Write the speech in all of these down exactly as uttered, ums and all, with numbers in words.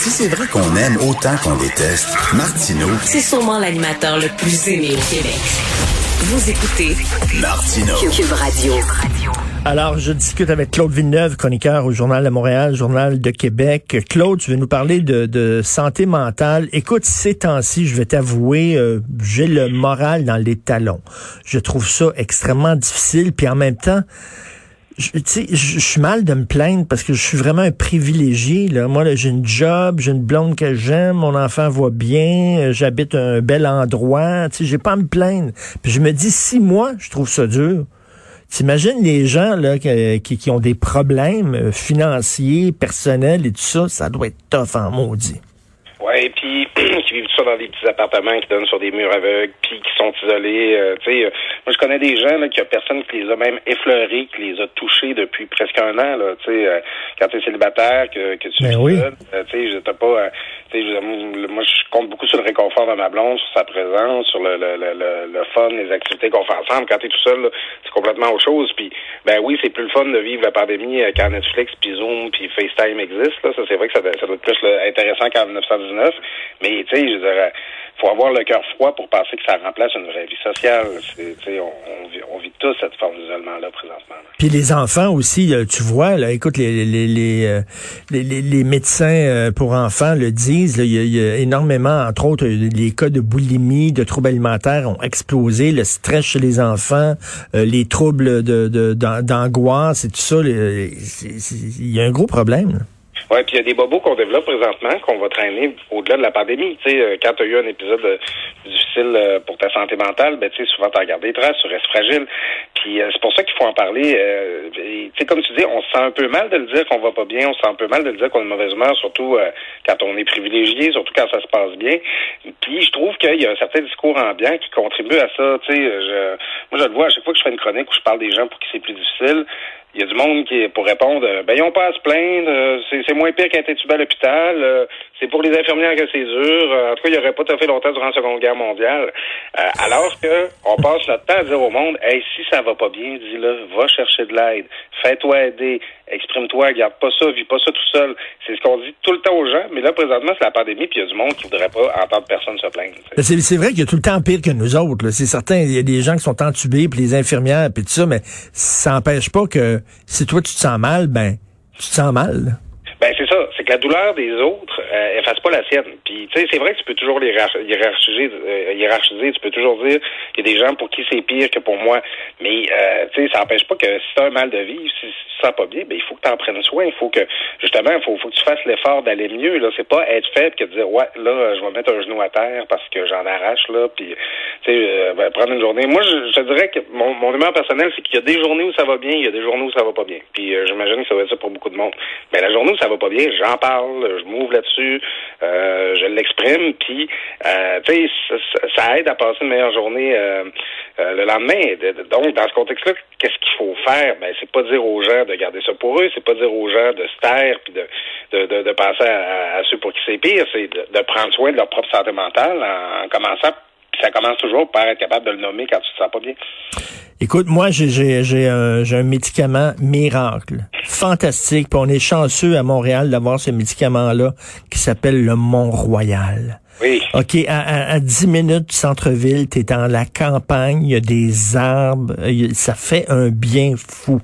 Si c'est vrai qu'on aime autant qu'on déteste, Martineau, c'est sûrement l'animateur le plus aimé au Québec. Vous écoutez Martineau. Cube Radio. Alors, je discute avec Claude Villeneuve, chroniqueur au Journal de Montréal, Journal de Québec. Claude, tu veux nous parler de, de santé mentale. Écoute, ces temps-ci, je vais t'avouer, euh, j'ai le moral dans les talons. Je trouve ça extrêmement difficile, puis en même temps, je, tu sais, je, je suis mal de me plaindre parce que je suis vraiment un privilégié, là. Moi, là, j'ai une job, j'ai une blonde que j'aime, mon enfant va bien, j'habite un bel endroit, tu sais, j'ai pas à me plaindre. Puis je me dis, si moi, je trouve ça dur, t'imagines les gens là qui, qui, qui ont des problèmes financiers, personnels et tout ça, ça doit être tough en maudit. Ouais, puis qui vivent tout ça dans des petits appartements qui donnent sur des murs aveugles, puis qui sont isolés. Euh, tu sais, euh, moi je connais des gens là qu'il y a personne qui les a même effleurés, qui les a touchés depuis presque un an là. Tu sais, euh, quand t'es célibataire, que que tu ben vis oui. seul, euh, tu sais, t'as pas. Euh, tu sais, moi je compte beaucoup sur le réconfort de ma blonde, sur sa présence, sur le le le, le, le fun, les activités qu'on fait ensemble. Quand t'es tout seul, là, c'est complètement autre chose. Puis ben oui, c'est plus le fun de vivre la pandémie euh, quand Netflix, puis Zoom, puis FaceTime existent. Là, ça c'est vrai que ça, ça doit être plus là, intéressant qu'en dix-neuf cent dix-neuf. Mais tu sais, je dirais, faut avoir le cœur froid pour penser que ça remplace une vraie vie sociale. C'est, tu sais, on, on, vit, on vit tous cette forme d'isolement-là présentement. Là. Puis les enfants aussi, tu vois, là, écoute, les les les les, les, les médecins pour enfants le disent. Là, il, y a, il y a énormément, entre autres, les cas de boulimie, de troubles alimentaires ont explosé. Le stress chez les enfants, euh, les troubles de, de, d'angoisse et tout ça. Il y a un gros problème. Là. Oui, puis il y a des bobos qu'on développe présentement, qu'on va traîner au-delà de la pandémie. Tu sais, euh, quand tu as eu un épisode euh, difficile euh, pour ta santé mentale, ben tu sais, souvent tu regardes des traces, tu restes fragile. Puis euh, c'est pour ça qu'il faut en parler. Euh, tu sais, comme tu dis, on se sent un peu mal de le dire qu'on va pas bien, on se sent un peu mal de le dire qu'on a une mauvaise humeur, surtout euh, quand on est privilégié, surtout quand ça se passe bien. Puis je trouve qu'il y a un certain discours ambiant qui contribue à ça. Tu sais, je, moi je le vois à chaque fois que je fais une chronique où je parle des gens pour qui c'est plus difficile. Il y a du monde qui, pour répondre, ben ils ont pas à se plaindre, c'est, c'est moins pire qu'être intubé à l'hôpital, euh, c'est pour les infirmières que c'est dur, en tout cas, il aurait pas tout fait longtemps durant la Seconde Guerre mondiale. Euh, alors que on passe notre temps à dire au monde, hey, si ça va pas bien, dis-le, va chercher de l'aide, fais-toi aider, exprime-toi, garde pas ça, vis pas ça tout seul. C'est ce qu'on dit tout le temps aux gens, mais là, présentement, c'est la pandémie, puis il y a du monde qui voudrait pas entendre personne se plaindre. C'est, c'est vrai qu'il y a tout le temps pire que nous autres, là. C'est certain, il y a des gens qui sont entubés, puis les infirmières, puis tout ça, mais ça n'empêche pas que si toi, tu te sens mal, ben, tu te sens mal. Ben, c'est ça. C'est que la douleur des autres euh, efface pas la sienne. Puis, tu sais, c'est vrai que tu peux toujours les hiérarchiser, euh, hiérarchiser. Tu peux toujours dire qu'il y a des gens pour qui c'est pire que pour moi. Mais, euh, tu sais, ça n'empêche pas que si tu as un mal de vivre, si, si tu te sens pas bien, ben, il faut que tu en prennes soin. Il faut que, justement, il faut, faut que tu fasses l'effort d'aller mieux. Là, c'est pas être faible que de dire, ouais, là, je vais mettre un genou à terre parce que j'en arrache, là. Puis, tu sais, euh, ben, prendre une journée. Moi, je, je dirais que mon, mon humeur personnelle, c'est qu'il y a des journées où ça va bien, il y a des journées où ça va pas bien. Puis, euh, j'imagine que ça va être ça pour beaucoup de monde. Mais la journée où ça va pas bien, j'en parle, je m'ouvre là-dessus, euh, je l'exprime, puis euh, tu sais, ça, ça aide à passer une meilleure journée euh, euh, le lendemain. Donc, dans ce contexte-là, qu'est-ce qu'il faut faire? Ben, c'est pas dire aux gens de garder ça pour eux, c'est pas dire aux gens de se taire puis de, de, de, de penser à, à ceux pour qui c'est pire, c'est de, de prendre soin de leur propre santé mentale en, en commençant. Puis ça commence toujours par être capable de le nommer quand tu te sens pas bien. Écoute, moi, j'ai, j'ai, j'ai, un, j'ai un médicament miracle, fantastique. Puis on est chanceux à Montréal d'avoir ce médicament-là qui s'appelle le Mont-Royal. Oui. OK, à, à, à dix minutes du centre-ville, t'es dans la campagne, il y a des arbres, ça fait un bien fou.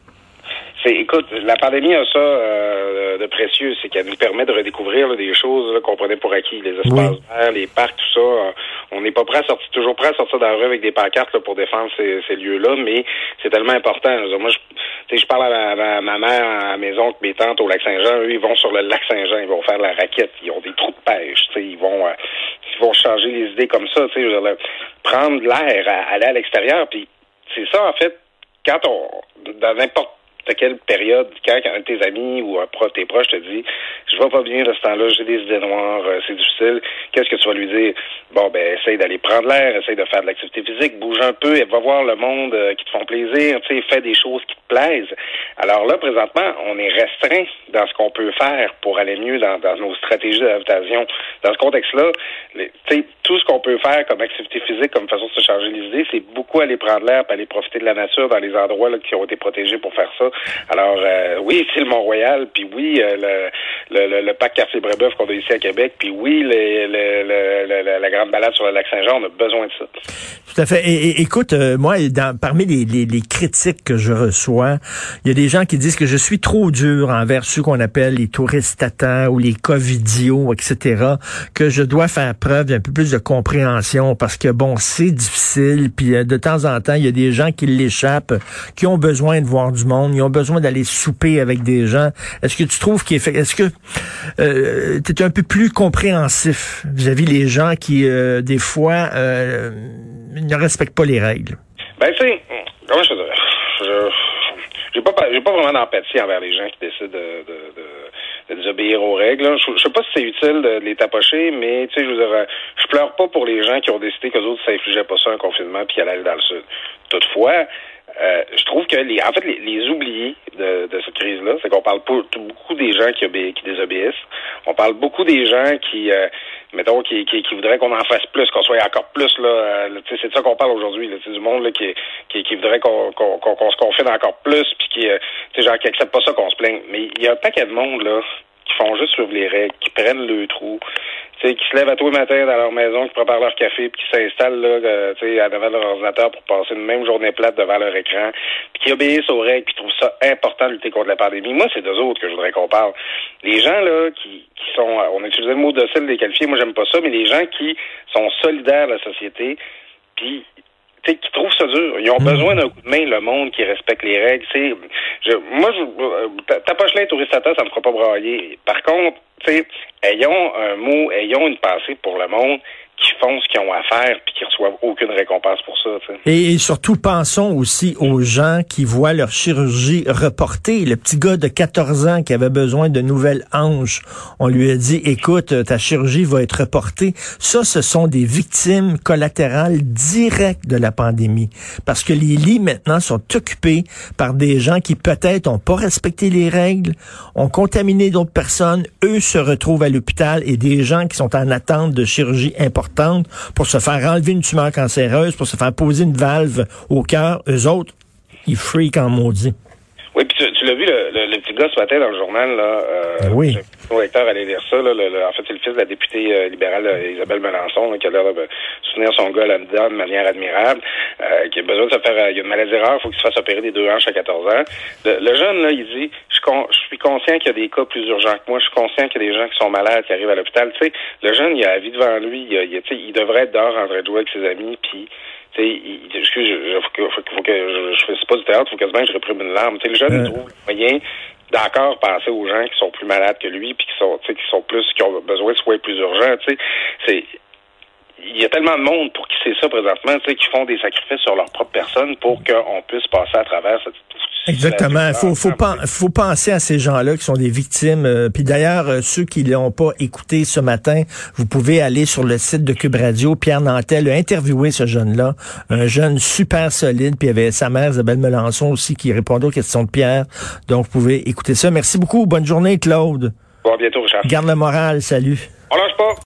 C'est, écoute, la pandémie a ça euh, de précieux, c'est qu'elle nous permet de redécouvrir là, des choses là, qu'on prenait pour acquis, les espaces oui. verts, les parcs, tout ça. Euh, on n'est pas prêt à sortir, toujours prêt à sortir dans la rue avec des pancartes là, pour défendre ces, ces lieux-là, mais c'est tellement important. Dire, moi, je, je parle à ma, à ma mère, à la maison, mes tantes au lac Saint-Jean, eux, ils vont sur le lac Saint-Jean, ils vont faire la raquette, ils ont des trous de pêche, ils vont, euh, ils vont changer les idées comme ça, tu sais, prendre l'air, à, aller à l'extérieur, puis c'est ça en fait. Quand on, dans n'importe à quelle période, quand un de tes amis ou un proche, tes proches te dit « Je vais pas bien de ce temps-là, j'ai des idées noires, euh, c'est difficile », qu'est-ce que tu vas lui dire? Bon, ben, essaye d'aller prendre l'air, essaye de faire de l'activité physique, bouge un peu, et va voir le monde euh, qui te font plaisir, tu sais, fais des choses qui te plaisent. Alors là, présentement, on est restreint dans ce qu'on peut faire pour aller mieux dans, dans nos stratégies d'adaptation. Dans ce contexte-là, tu sais, tout ce qu'on peut faire comme activité physique, comme façon de se changer les idées, c'est beaucoup aller prendre l'air et aller profiter de la nature dans les endroits là, qui ont été protégés pour faire ça. Alors, euh, oui, c'est le Mont-Royal, puis oui, euh, le, le, le parc Cartier-Brébeuf qu'on a ici à Québec, puis oui, les, les, les, les, la, la grande balade sur le lac Saint-Jean, on a besoin de ça. Tout à fait. Et, et, écoute, euh, moi, dans, parmi les, les, les critiques que je reçois, il y a des gens qui disent que je suis trop dur envers ceux qu'on appelle les touristes tatans ou les covidios, et cetera, que je dois faire preuve d'un peu plus de compréhension parce que, bon, c'est difficile, puis euh, de temps en temps, il y a des gens qui l'échappent, qui ont besoin de voir du monde, ils ont besoin d'aller souper avec des gens. Est-ce que tu trouves qu'il est fait, est-ce que euh, tu es un peu plus compréhensif vis-à-vis les gens qui, euh, des fois, euh, ne respectent pas les règles? Ben, tu sais, comment je te dirais? Je, j'ai pas, j'ai pas vraiment d'empathie envers les gens qui décident de, de, de, de désobéir aux règles. Je, je sais pas si c'est utile de, de les tapocher, mais, tu sais, je veux dire, je pleure pas pour les gens qui ont décidé qu'eux autres s'infligeaient pas ça un confinement puis allaient dans le sud. Toutefois, Euh, je trouve que les, en fait, les, les oubliés de, de cette crise-là, c'est qu'on parle pas beaucoup des gens qui, obé, qui désobéissent. On parle beaucoup des gens qui, euh, mettons, qui, qui, qui voudraient qu'on en fasse plus, qu'on soit encore plus là. Euh, c'est de ça qu'on parle aujourd'hui. C'est du monde là qui, qui, qui voudrait qu'on, qu'on, qu'on, qu'on se confine encore plus, puis qui, euh, tu sais, genre qui accepte pas ça qu'on se plaigne. Mais il y a un paquet de monde là qui font juste suivre les règles, qui prennent le trou. Tu sais, qui se lèvent à tous les matins dans leur maison, qui préparent leur café, puis qui s'installent là, euh, tu sais, à devant leur ordinateur pour passer une même journée plate devant leur écran, puis qui obéissent aux règles, puis trouvent ça important de lutter contre la pandémie. Moi, c'est d'eux autres que je voudrais qu'on parle. Les gens là qui, qui sont, on a utilisé le mot docile, les qualifiés, moi j'aime pas ça, mais les gens qui sont solidaires de la société, puis qui trouvent ça dur. Ils ont mmh. besoin d'un coup de main, le monde qui respecte les règles. C'est, je, moi, je, tapoche-les les touristes à ça me fera pas brailler. Par contre, tu sais, ayons un mot, ayons une pensée pour le monde qui font ce qu'ils ont à faire puis qui reçoivent aucune récompense pour ça. T'sais. Et, et surtout, pensons aussi aux gens qui voient leur chirurgie reportée. Le petit gars de quatorze ans qui avait besoin de nouvelles hanches, on lui a dit, écoute, ta chirurgie va être reportée. Ça, ce sont des victimes collatérales directes de la pandémie. Parce que les lits, maintenant, sont occupés par des gens qui, peut-être, n'ont pas respecté les règles, ont contaminé d'autres personnes. Eux se retrouvent à l'hôpital et des gens qui sont en attente de chirurgie importante pour se faire enlever une tumeur cancéreuse, pour se faire poser une valve au cœur, eux autres, ils freak en maudit. Oui, puis tu, tu l'as vu, le, le, le petit gars ce matin dans le journal, là, euh, oui. Le lecteur allait lire ça, là, le, le, en fait, c'est le fils de la députée euh, libérale euh, Isabelle Melançon, là, qui a l'air de soutenir son gars là-dedans de manière admirable, euh, qui a besoin de se faire, euh, il y a une maladie rare, il faut qu'il se fasse opérer des deux hanches à quatorze ans. Le, le jeune, là, il dit, je, con, je suis conscient qu'il y a des cas plus urgents que moi, je suis conscient qu'il y a des gens qui sont malades, qui arrivent à l'hôpital, tu sais, le jeune, il a la vie devant lui, il, a, il, a, il devrait être dehors en train de jouer avec ses amis, puis tu sais, excuse, il faut que, faut que, faut que je, je fais pas du théâtre, faut quasiment que je réprime une larme. Tu sais, le jeune, il trouve le moyen d'encore penser aux gens qui sont plus malades que lui, puis qui sont, tu sais, qui sont plus, qui ont besoin de soins plus urgents. Tu sais, c'est, il y a tellement de monde pour qui c'est ça présentement, tu sais, qui font des sacrifices sur leur propre personne pour qu'on puisse passer à travers cette. Exactement. Il faut, faut, faut penser à ces gens-là qui sont des victimes. Euh, puis d'ailleurs, euh, ceux qui l'ont pas écouté ce matin, vous pouvez aller sur le site de Cube Radio. Pierre Nantel a interviewé ce jeune-là, un jeune super solide. Puis il y avait sa mère, Isabelle Melançon aussi, qui répondait aux questions de Pierre. Donc, vous pouvez écouter ça. Merci beaucoup. Bonne journée, Claude. Bon, à bientôt, Richard. Garde le moral. Salut. On lâche pas.